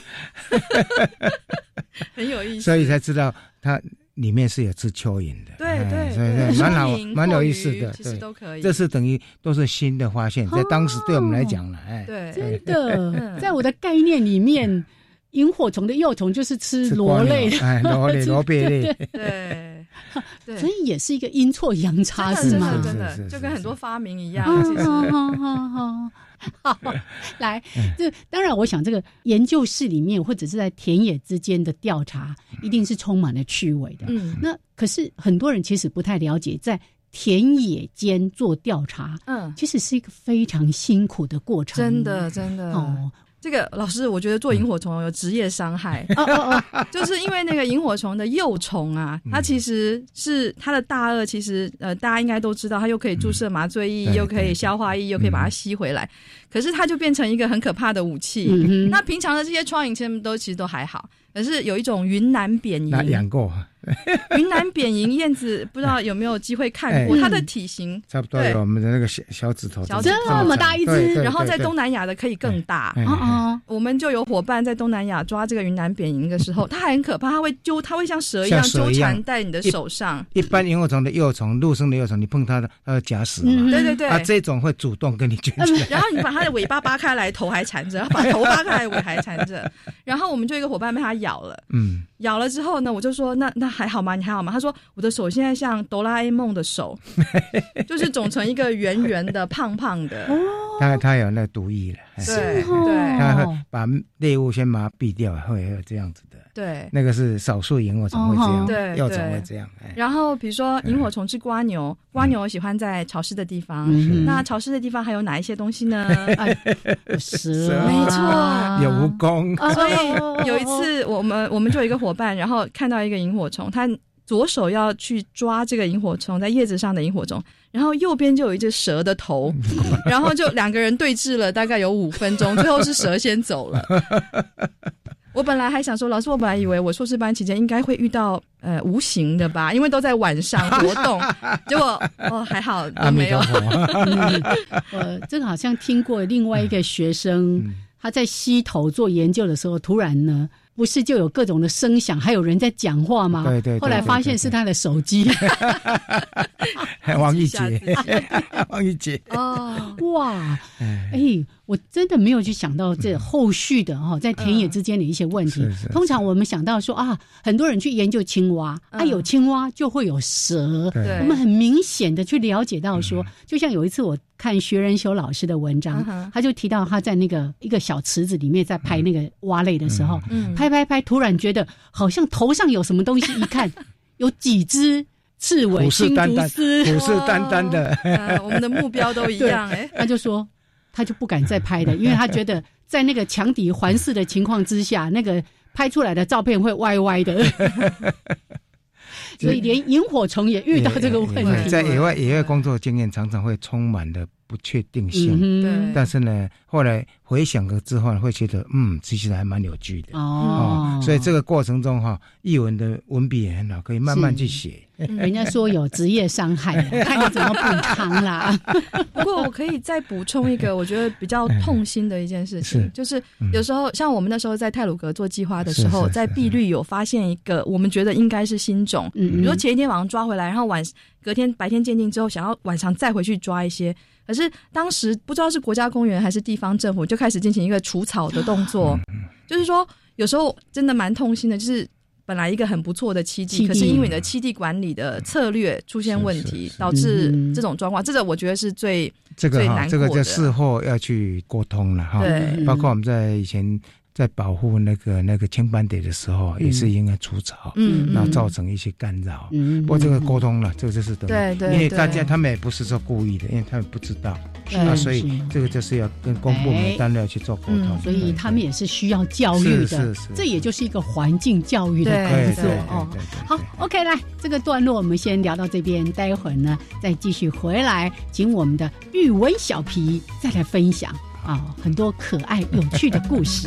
S7: 很有意思，
S4: 所以才知道它里面是有吃蚯蚓的。
S7: 对对
S4: 对，蛮好，蛮有意思的，
S7: 其实都可以。
S4: 这是等于都是新的发现，在当时对我们来讲呢，哎，
S7: 对，
S3: 真的，在我的概念里面。萤火虫的幼虫就是吃螺类的，
S4: 哎，螺类、螺贝类，
S7: 对，对，
S3: 所以也是一个阴错阳差，是吗？
S7: 真的，真的，就跟很多发明一样。
S3: 其实，好，来，这当然，我想这个研究室里面或者是在田野之间的调查，一定是充满了趣味的。嗯，那可是很多人其实不太了解，在田野间做调查，嗯，其实是一个非常辛苦的过程。
S7: 真的，真的哦。这个老师，我觉得做萤火虫有职业伤害，
S3: 哦哦
S7: 哦，就是因为那个萤火虫的幼虫啊，它其实是它的大颚，其实呃大家应该都知道，它又可以注射麻醉液，又可以消化液，又可以把它吸回来，可是它就变成一个很可怕的武器。嗯、那平常的这些苍蝇其实都其实都还好，可是有一种云南扁蝇，
S4: 养过。
S7: 云南扁蝇燕子不知道有没有机会看过，它的体型
S4: 差不多有我们的那个小小指头，
S3: 小指头这么大一只，
S7: 然后在东南亚的可以更大。啊，我们就有伙伴在东南亚抓这个云南扁蝇的时候，它还很可怕，它会揪，它会像蛇一样纠缠在你的手上。
S4: 一般萤火虫的幼虫，陆生的幼虫，你碰它的，它会夹死嘛。
S7: 对对对，
S4: 啊，这种会主动跟你卷起来，
S7: 然后你把它的尾巴扒开来，头还缠着；把头扒开来，尾还缠着。然后我们就一个伙伴被它咬了，嗯，咬了之后呢，我就说那那还好吗？你还好吗？他说我的手现在像哆啦 A 梦的手，就是肿成一个圆圆的、胖胖的。哦，
S4: 他他有那毒液了，
S7: 对对，
S4: 他会把猎物先麻痹掉，会有这样子的。
S7: 对，
S4: 那个是少数萤火虫会这样，
S7: 对，
S4: 幼虫会这样。
S7: 然后比如说萤火虫吃瓜牛，瓜牛喜欢在潮湿的地方，那潮湿的地方还有哪一些东西呢？
S3: 蛇，
S7: 没错，
S4: 有蜈蚣。
S7: 所以有一次我们我们就有一个伙伴，然后看到一个萤火虫，他左手要去抓这个萤火虫，在叶子上的萤火虫，然后右边就有一只蛇的头，然后就两个人对峙了大概有五分钟，最后是蛇先走了。我本来还想说，老师，我本来以为我硕士班期间应该会遇到呃无形的吧，因为都在晚上活动，结果哦还好都没有。
S3: 呃，这个好像听过另外一个学生，嗯、他在溪头做研究的时候，突然呢。不是就有各种的声响，还有人在讲话吗？
S4: 对 对, 对。
S3: 后来发现是他的手机。
S4: 王玉杰，王玉杰。
S3: 哦，哇，哎、欸，我真的没有去想到这后续的哈、哦，在田野之间的一些问题。嗯、是是是通常我们想到说啊，很多人去研究青蛙，嗯、啊，有青蛙就会有蛇。对。我们很明显的去了解到说，就像有一次我看薛仁修老师的文章，嗯、他就提到他在那个一个小池子里面在拍那个蛙类的时候，嗯。拍拍拍，突然觉得好像头上有什么东西，一看有几只刺猬青竹丝，
S4: 虎视眈眈的、
S7: 呃。我们的目标都一样哎、欸，
S3: 他就说他就不敢再拍了，因为他觉得在那个墙底环视的情况之下，那个拍出来的照片会歪歪的。所以连萤火虫也遇到这个问题。
S4: 在野外野外工作经验常常会充满了不确定性，嗯、对。但是呢，后来回想了之后，会觉得嗯，其实还蛮有趣的哦。哦所以这个过程中哈，艺文的文笔也很好，可以慢慢去写。
S3: 人家说有职业伤害，看你怎么补偿啦。
S7: 不过我可以再补充一个，我觉得比较痛心的一件事情，是就是有时候像我们那时候在太鲁阁做计划的时候，在碧绿有发现一个我们觉得应该是新种，嗯、比如说前一天晚上抓回来，然后晚隔天白天鉴定之后，想要晚上再回去抓一些。可是当时不知道是国家公园还是地方政府就开始进行一个除草的动作，就是说有时候真的蛮痛心的，就是本来一个很不错的栖地，可是因为你的栖地管理的策略出现问题，导致这种状况，这个我觉得是最
S4: 这个
S7: 最难过的。
S4: 这个在事后要去沟通了哈，
S7: 对，
S4: 包括我们在以前。在保护那个那个青斑蝶的时候，也是因为除草，嗯，然后造成一些干扰。嗯，不过这个沟通了，这个就是等于，
S7: 对对，
S4: 因为大家他们也不是说故意的，因为他们不知道，啊，所以这个就是要跟公部门单位去做沟通，
S3: 所以他们也是需要教育的，
S4: 是是是，
S3: 这也就是一个环境教育的工作哦。好 ，OK， 来这个段落我们先聊到这边，待会儿呢再继续回来，请我们的玉文小皮再来分享。啊、哦，很多可爱有趣的故事。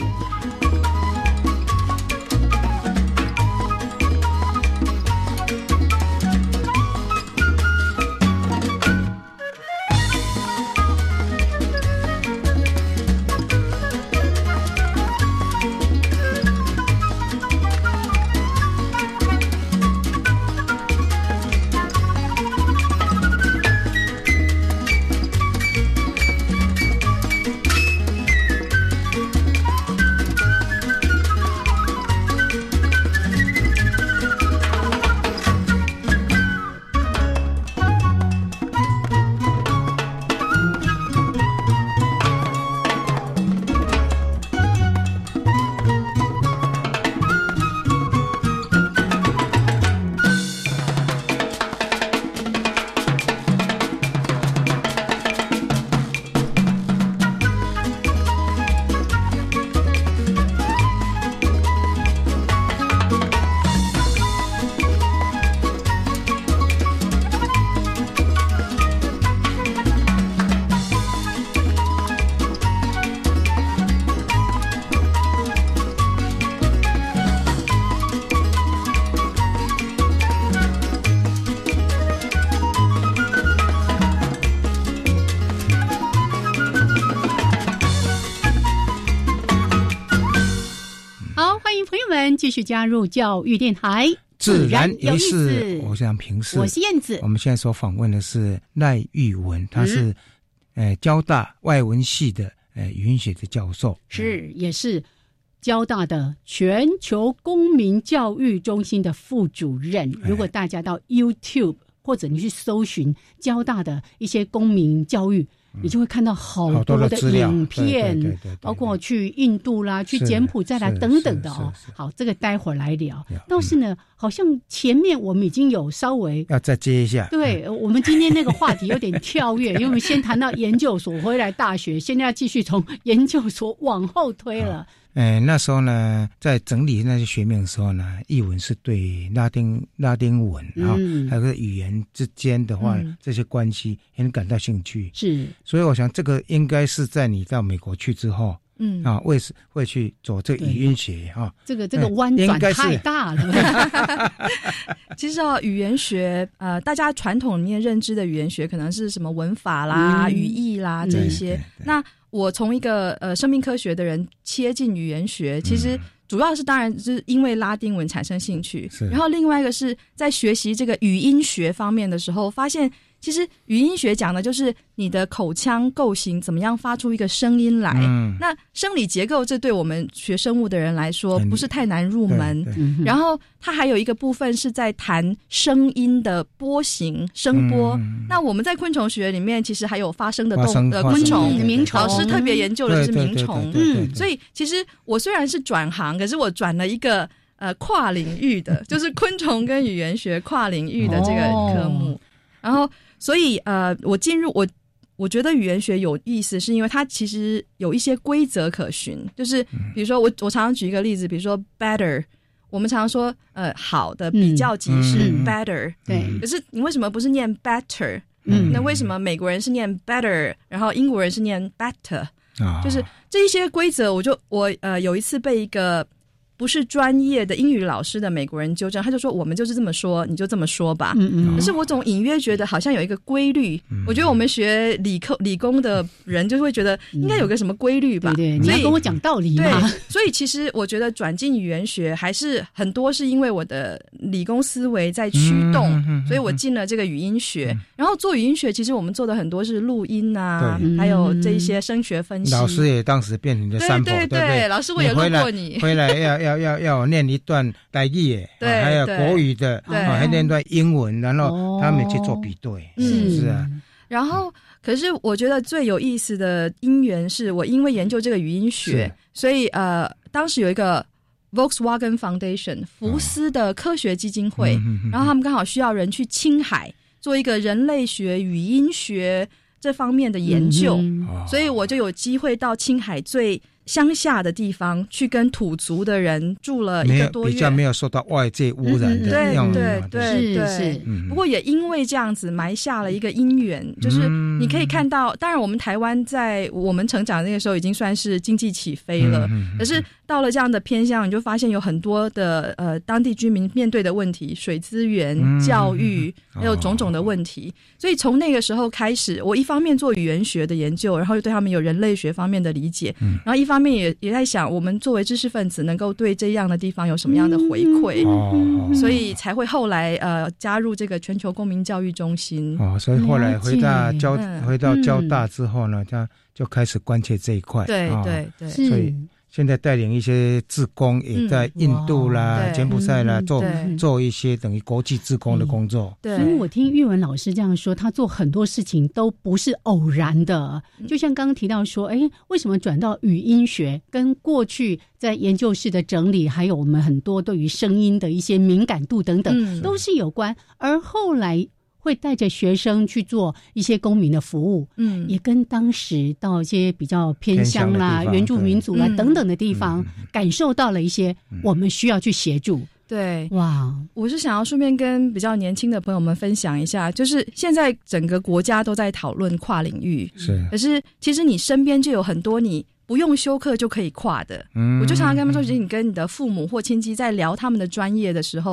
S3: 继续加入教育电台，
S4: 自然有意思。我是杨平视，
S3: 我是燕子。
S4: 我们现在所访问的是赖玉文，他是、嗯、呃交大外文系的呃语音学的教授，
S3: 是也是交大的全球公民教育中心的副主任。如果大家到 YouTube 或者你去搜寻交大的一些公民教育，你就会看到好多的影片，包括去印度啦、去柬埔寨啦等等的哦。好，这个待会儿来聊。倒是呢，好像前面我们已经有稍微
S4: 要再接一下。
S3: 对，我们今天那个话题有点跳跃，因为我们先谈到研究所，回来大学，现在要继续从研究所往后推了。
S4: 呃，那时候呢，在整理那些学名的时候呢，译文是对拉丁拉丁文，然后、嗯、还有个语言之间的话、嗯，这些关系很感到兴趣。是，所以我想这个应该是在你到美国去之后，嗯啊，会是会去走这个语音学哈、啊。
S3: 这个这个弯转太大了。
S7: 其实哦，语言学呃，大家传统里面认知的语言学可能是什么文法啦、嗯、语义啦这一些，那。我从一个呃生命科学的人切进语言学，其实主要是当然是因为拉丁文产生兴趣，然后另外一个是在学习这个语音学方面的时候，发现其实语音学讲的就是你的口腔构型怎么样发出一个声音来、嗯、那生理结构这对我们学生物的人来说不是太难入门、嗯、然后它还有一个部分是在谈声音的波形声波、嗯、那我们在昆虫学里面其实还有发声的动呃昆虫鸣虫，老师特别研究的就是鸣虫，嗯，所以其实我虽然是转行，可是我转了一个呃跨领域的就是昆虫跟语言学跨领域的这个科目、哦、然后所以呃，我进入我我觉得语言学有意思，是因为它其实有一些规则可循，就是比如说我我常常举一个例子，比如说 better， 我们常常说呃好的比较级是 better，、嗯嗯、对，可是你为什么不是念 better？嗯，那为什么美国人是念 better， 然后英国人是念 better？、哦、就是这一些规则，我就我呃有一次被一个。不是专业的英语老师的美国人纠正，他就说我们就是这么说，你就这么说吧。嗯嗯。可是我总隐约觉得好像有一个规律，嗯、我觉得我们学理科理工的人就会觉得应该有个什么规律吧。嗯、对对，你要跟我讲道理嘛。对，所以其实我觉得转进语言学还是很多是因为我的理工思维在驱动，嗯嗯嗯、所以我进了这个语音学。嗯、然后做语音学，其实我们做的很多是录音啊，还有这一些声学分析。
S4: 老师也当时变成你的三宝，
S7: 对对 对, 对, 对，老师我也录过你。
S4: 回来要要。要要要念一段台语的，对、啊，还有国语的，对，啊、还念一段英文，然后他们去做比对，哦、是是啊。
S7: 然后，可是我觉得最有意思的因缘是我因为研究这个语音学，所以呃，当时有一个 Volkswagen Foundation 福斯的科学基金会，哦、然后他们刚好需要人去青海做一个人类学、语音学这方面的研究，嗯、所以我就有机会到青海最乡下的地方去跟土族的人住了一个多月，
S4: 比较没有受到外界污染的那种、嗯、
S7: 对对对对是是、嗯、不过也因为这样子埋下了一个因缘、嗯、就是你可以看到，当然我们台湾在我们成长那个时候已经算是经济起飞了、嗯、可是到了这样的偏乡，你就发现有很多的呃当地居民面对的问题，水资源、嗯、教育、嗯、还有种种的问题、哦、所以从那个时候开始，我一方面做语言学的研究，然后又对他们有人类学方面的理解、嗯、然后一方面也也在想我们作为知识分子能够对这样的地方有什么样的回馈、嗯、所以才会后来呃加入这个全球公民教育中心。
S4: 哦，所以后来回到交、嗯、回到交大之后呢、嗯、他就开始关切这一块。
S7: 对对对，
S4: 所以现在带领一些志工也在印度啦、嗯、柬埔寨啦、嗯、做做一些等于国际志工的工作、
S3: 嗯、对。所以我听玉文老师这样说，他做很多事情都不是偶然的，就像刚刚提到说，哎，为什么转到语音学，跟过去在研究室的整理，还有我们很多对于声音的一些敏感度等等、嗯、都是有关，而后来会带着学生去做一些公民的服务，嗯，也跟当时到一些比较偏乡啦、原住民族啦等等的地方、嗯、感受到了一些我们需要去协助。
S7: 对，哇，我是想要顺便跟比较年轻的朋友们分享一下，就是现在整个国家都在讨论跨领域，是，可是其实你身边就有很多你不用修课就可以跨的，嗯，我就常常跟他们说，其实你跟你的父母或亲戚在聊他们的专业的时候，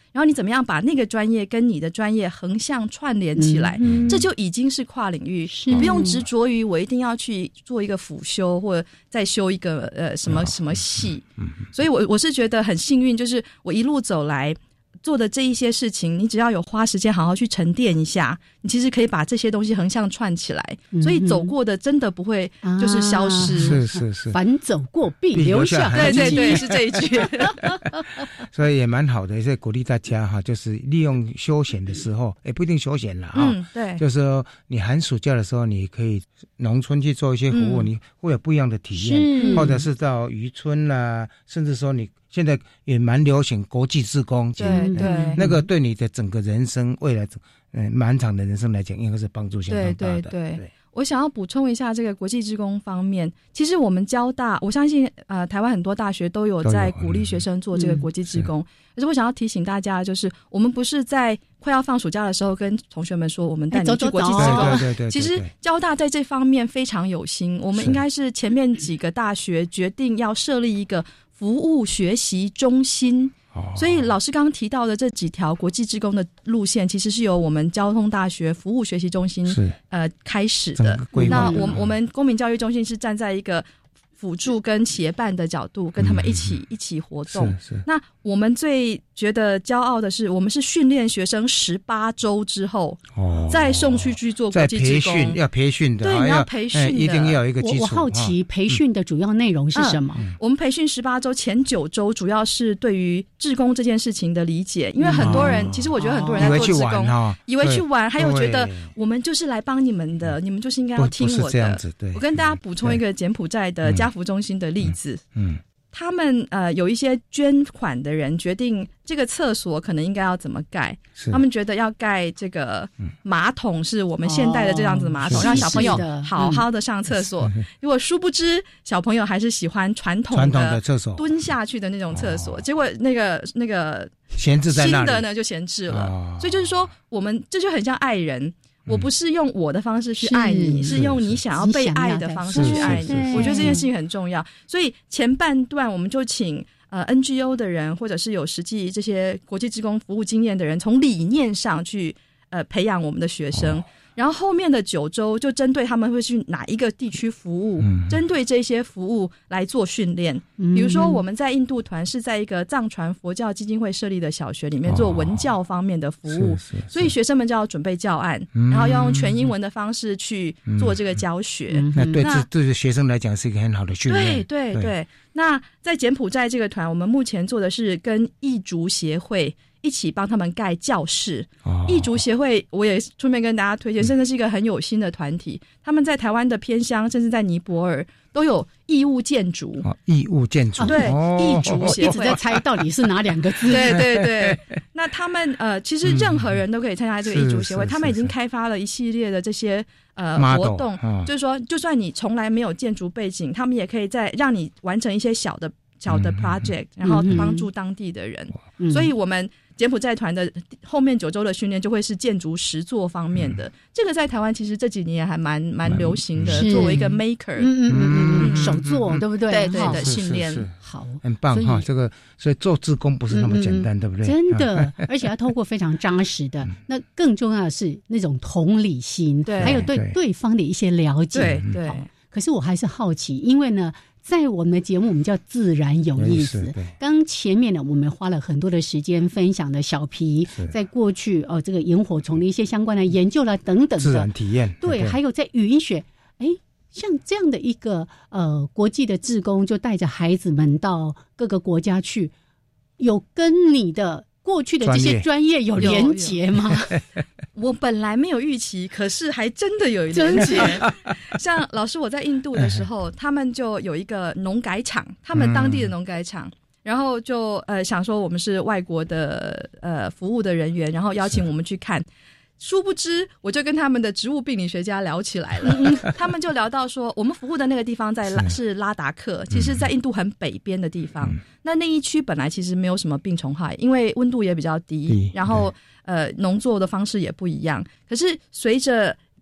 S7: 然后你怎么样把那个专业跟你的专业横向串联起来，嗯、这就已经是跨领域，你不用执着于我一定要去做一个辅修或者再修一个呃什么什么系。嗯、所以我我是觉得很幸运，就是我一路走来做的这一些事情，你只要有花时间好好去沉淀一下，你其实可以把这些东西横向串起来，嗯、所以走过的真的不会就是消失，啊、
S4: 是是是，
S3: 凡走过必留下，
S7: 对对对，是这一句。
S4: 所以也蛮好的，所以鼓励大家哈，就是利用休闲的时候，也不一定休闲了哈，
S7: 嗯，对，
S4: 就是说你寒暑假的时候，你可以农村去做一些服务，嗯、你会有不一样的体验，或者是到渔村啦，甚至说你。现在也蛮流行国际志工，
S7: 对对，
S4: 那个对你的整个人生未来，嗯，漫长的人生来讲，应该是帮助相当大的。
S7: 对对 对, 对。我想要补充一下这个国际志工方面，其实我们交大，我相信呃台湾很多大学都有在鼓励学生做这个国际志工，嗯、可是我想要提醒大家，就是我们不是在快要放暑假的时候跟同学们说我们带你去国际志工，
S4: 对对对，
S7: 其实交大在这方面非常有心，我们应该是前面几个大学决定要设立一个服务学习中心，所以老师刚刚提到的这几条国际志工的路线，其实是由我们交通大学服务学习中心呃开始的。那我我们公民教育中心是站在一个辅助跟协办的角度，跟他们一起、嗯、一起活动。
S4: 是是。
S7: 那我们最觉得骄傲的是，我们是训练学生十八周之后，哦，再送去去做国际志工，
S4: 培训要培训的，
S7: 对，你要培训的，
S4: 一定要有一个基础。
S3: 我我好奇，培训的主要内容是什么？
S7: 嗯嗯、我们培训十八周，前九周主要是对于志工这件事情的理解，因为很多人，嗯、其实我觉得很多人在做志工，哦、以为去玩，还有觉得我们就是来帮你们的，你们就是应该要听我的。
S4: 不是这样子，对。
S7: 我跟大家补充一个柬埔寨的家福中心的例子，嗯。嗯他们呃有一些捐款的人决定这个厕所可能应该要怎么盖，他们觉得要盖这个马桶是我们现代的这样子的马桶，哦、让小朋友好好的上厕所。嗯、如果殊不知小朋友还是喜欢传统的
S4: 传统的厕所，
S7: 蹲下去的那种厕所，哦、结果那个那个
S4: 闲置在那里，
S7: 新的呢就闲置了。
S4: 哦、
S7: 所以就是说，我们这就很像爱人。我不是用我的方式去爱你，是, 是用你想要被爱的方式去爱你。我觉得这件事情很重要，所以前半段我们就请呃 N G O 的人，或者是有实际这些国际志工服务经验的人，从理念上去呃培养我们的学生。哦，然后后面的九周就针对他们会去哪一个地区服务，嗯、针对这些服务来做训练。嗯、比如说我们在印度团是在一个藏传佛教基金会设立的小学里面做文教方面的服务，哦、是是是，所以学生们就要准备教案，嗯、然后要用全英文的方式去做这个教学。
S4: 嗯、那对这对学生来讲是一个很好的训练。
S7: 对对 对, 对。那在柬埔寨这个团，我们目前做的是跟异族协会一起帮他们盖教室。哦、异族协会我也顺便跟大家推荐，甚至是一个很有心的团体，他们在台湾的偏乡，甚至在尼泊尔都有义务建筑。
S4: 哦、义务建筑，
S7: 对，
S4: 哦、
S7: 异族协会，
S3: 一直在猜到底是哪两个字。
S7: 对对对。那他们呃，其实任何人都可以参加这个异族协会，嗯、他们已经开发了一系列的这些呃活动，哦、就是说，就算你从来没有建筑背景，他们也可以在让你完成一些小的小的 project，嗯、然后帮助当地的人。嗯、所以我们柬埔寨团的后面九周的训练就会是建筑实作方面的，嗯、这个在台湾其实这几年还蛮蛮流行的，作为一个 maker，
S3: 嗯嗯嗯嗯，手作，对不对？
S7: 对对的训练，
S3: 好，
S4: 很棒哈。这个所以做志工不是那么简单，嗯、对不对？
S3: 真的，而且要透过非常扎实的，那更重要的是那种同理心，
S7: 对，
S3: 还有对对方的一些了解，
S7: 对对。
S3: 可是我还是好奇，因为呢，在我们的节目我们叫自然有意思，刚前面呢我们花了很多的时间分享的小皮在过去哦这个萤火虫的一些相关的研究啦等等的
S4: 自然体验，
S3: 对, 对，还有在语音学，哎，像这样的一个呃国际的志工，就带着孩子们到各个国家去，有跟你的过去的这些专业有连结吗？
S7: 我本来没有预期，可是还真的有连结。像老师我在印度的时候，他们就有一个农改场，他们当地的农改场，嗯、然后就呃想说我们是外国的呃服务的人员，然后邀请我们去看。殊不知我就跟他们的植物病理学家聊起来了，他们就聊到说我们服务的那个地方在拉是拉达克，其实在印度很北边的地方，嗯、那那一区本来其实没有什么病虫害，因为温度也比较低，然后呃农作的方式也不一样，可是随着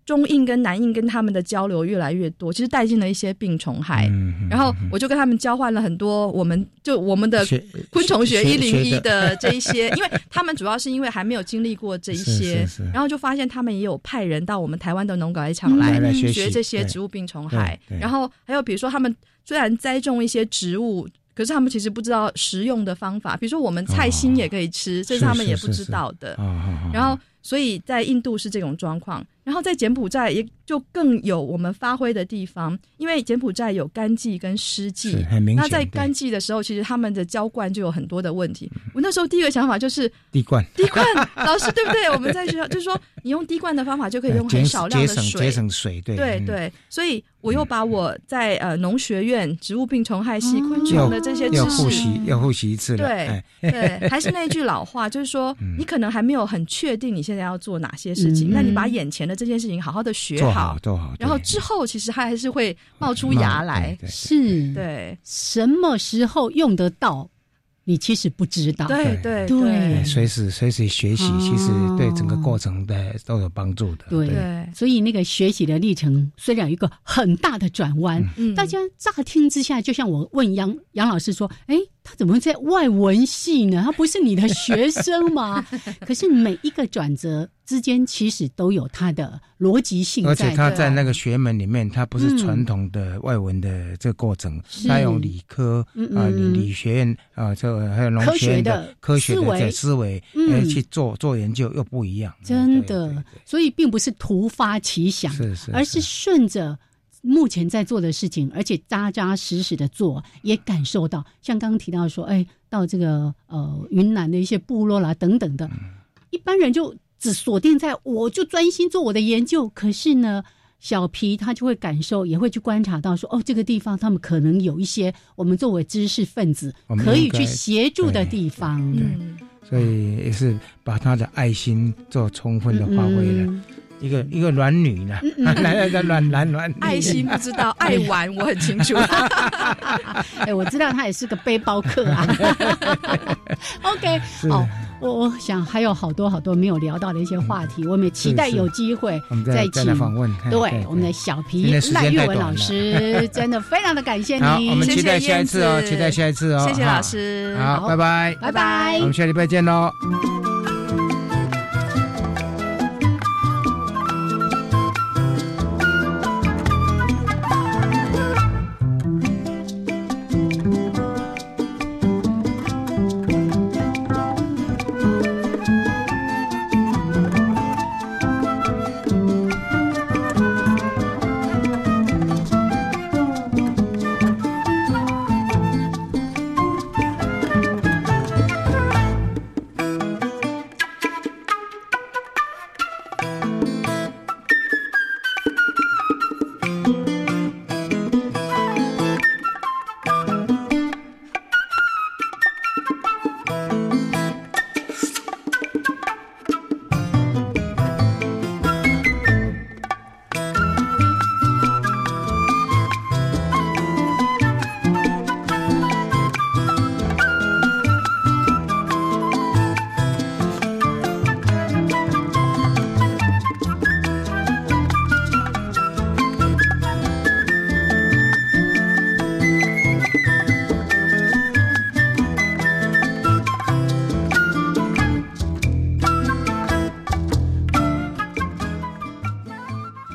S7: 中印跟南印跟他们的交流越来越多，其实带进了一些病虫害、嗯、然后我就跟他们交换了很多我们就我们的昆虫学一零一的这一些，因为他们主要是因为还没有经历过这一些，是是是，然后就发现他们也有派人到我们台湾的农改场来、嗯、学这些植物病虫害，然后还有比如说他们虽然栽种一些植物，可是他们其实不知道食用的方法，比如说我们菜心也可以吃、哦、这是他们也不知道的，是是是是，然后所以在印度是这种状况，然后在柬埔寨也就更有我们发挥的地方，因为柬埔寨有干季跟湿季，很明显，那在干季的时候其实他们的浇灌就有很多的问题，我那时候第一个想法就是
S4: 滴灌
S7: 滴灌老师对不对？我们在学校就是说你用滴灌的方法就可以用很少量的水
S4: 节省水，对
S7: 对对、嗯、所以我又把我在呃农学院植物病虫害系、昆虫的这些知识
S4: 要复习要复习一次了，
S7: 对对，还是那句老话，就是说、嗯、你可能还没有很确定你现在要做哪些事情，那、嗯、你把眼前的这件事情好好的学好，
S4: 做好做好，
S7: 然后之后其实它还是会冒出芽来，
S3: 对对对，是，
S7: 对，
S3: 什么时候用得到？你其实不知道，
S7: 对对
S3: 对，
S4: 随时随时学习、哦，其实对整个过程的都有帮助的。
S3: 对，对，所以那个学习的历程虽然有一个很大的转弯，嗯，大家乍听之下，就像我问杨杨老师说，哎，他怎么会在外文系呢？他不是你的学生吗？可是每一个转折之间其实都有它的逻辑性在，
S4: 而且他在那个学门里面，他不是传统的外文的这个过程，他、嗯、用理科啊、嗯呃、理学院啊，这、呃、还有农学院的科学的思维呃去做做研究又不一样，
S3: 真的，所以并不是突发奇想，
S4: 是是是，
S3: 而是顺着目前在做的事情，而且扎扎实实的做，也感受到像刚刚提到说，哎，到这个呃云南的一些部落啦等等的，嗯、一般人就只锁定在我就专心做我的研究，可是呢，小皮他就会感受，也会去观察到说，哦，这个地方他们可能有一些我们作为知识分子可以去协助的地方，
S4: 对，对，所以也是把他的爱心做充分的发挥了。嗯，一个一个软女呢，来来来，软软软，
S7: 爱心不知道，爱玩我很清楚。
S3: 哎，我知道他也是个背包客啊。OK， 哦，我我想还有好多好多没有聊到的一些话题，我们也期待有机会再请
S4: 再访问。
S3: 对，我们的小皮赖玉文老师，真的非常的感谢您。
S4: 好，我们期待下一次哦，期待下一次哦。
S7: 谢谢老师，
S4: 好，拜拜，
S3: 拜拜，
S4: 我们下礼拜见喽。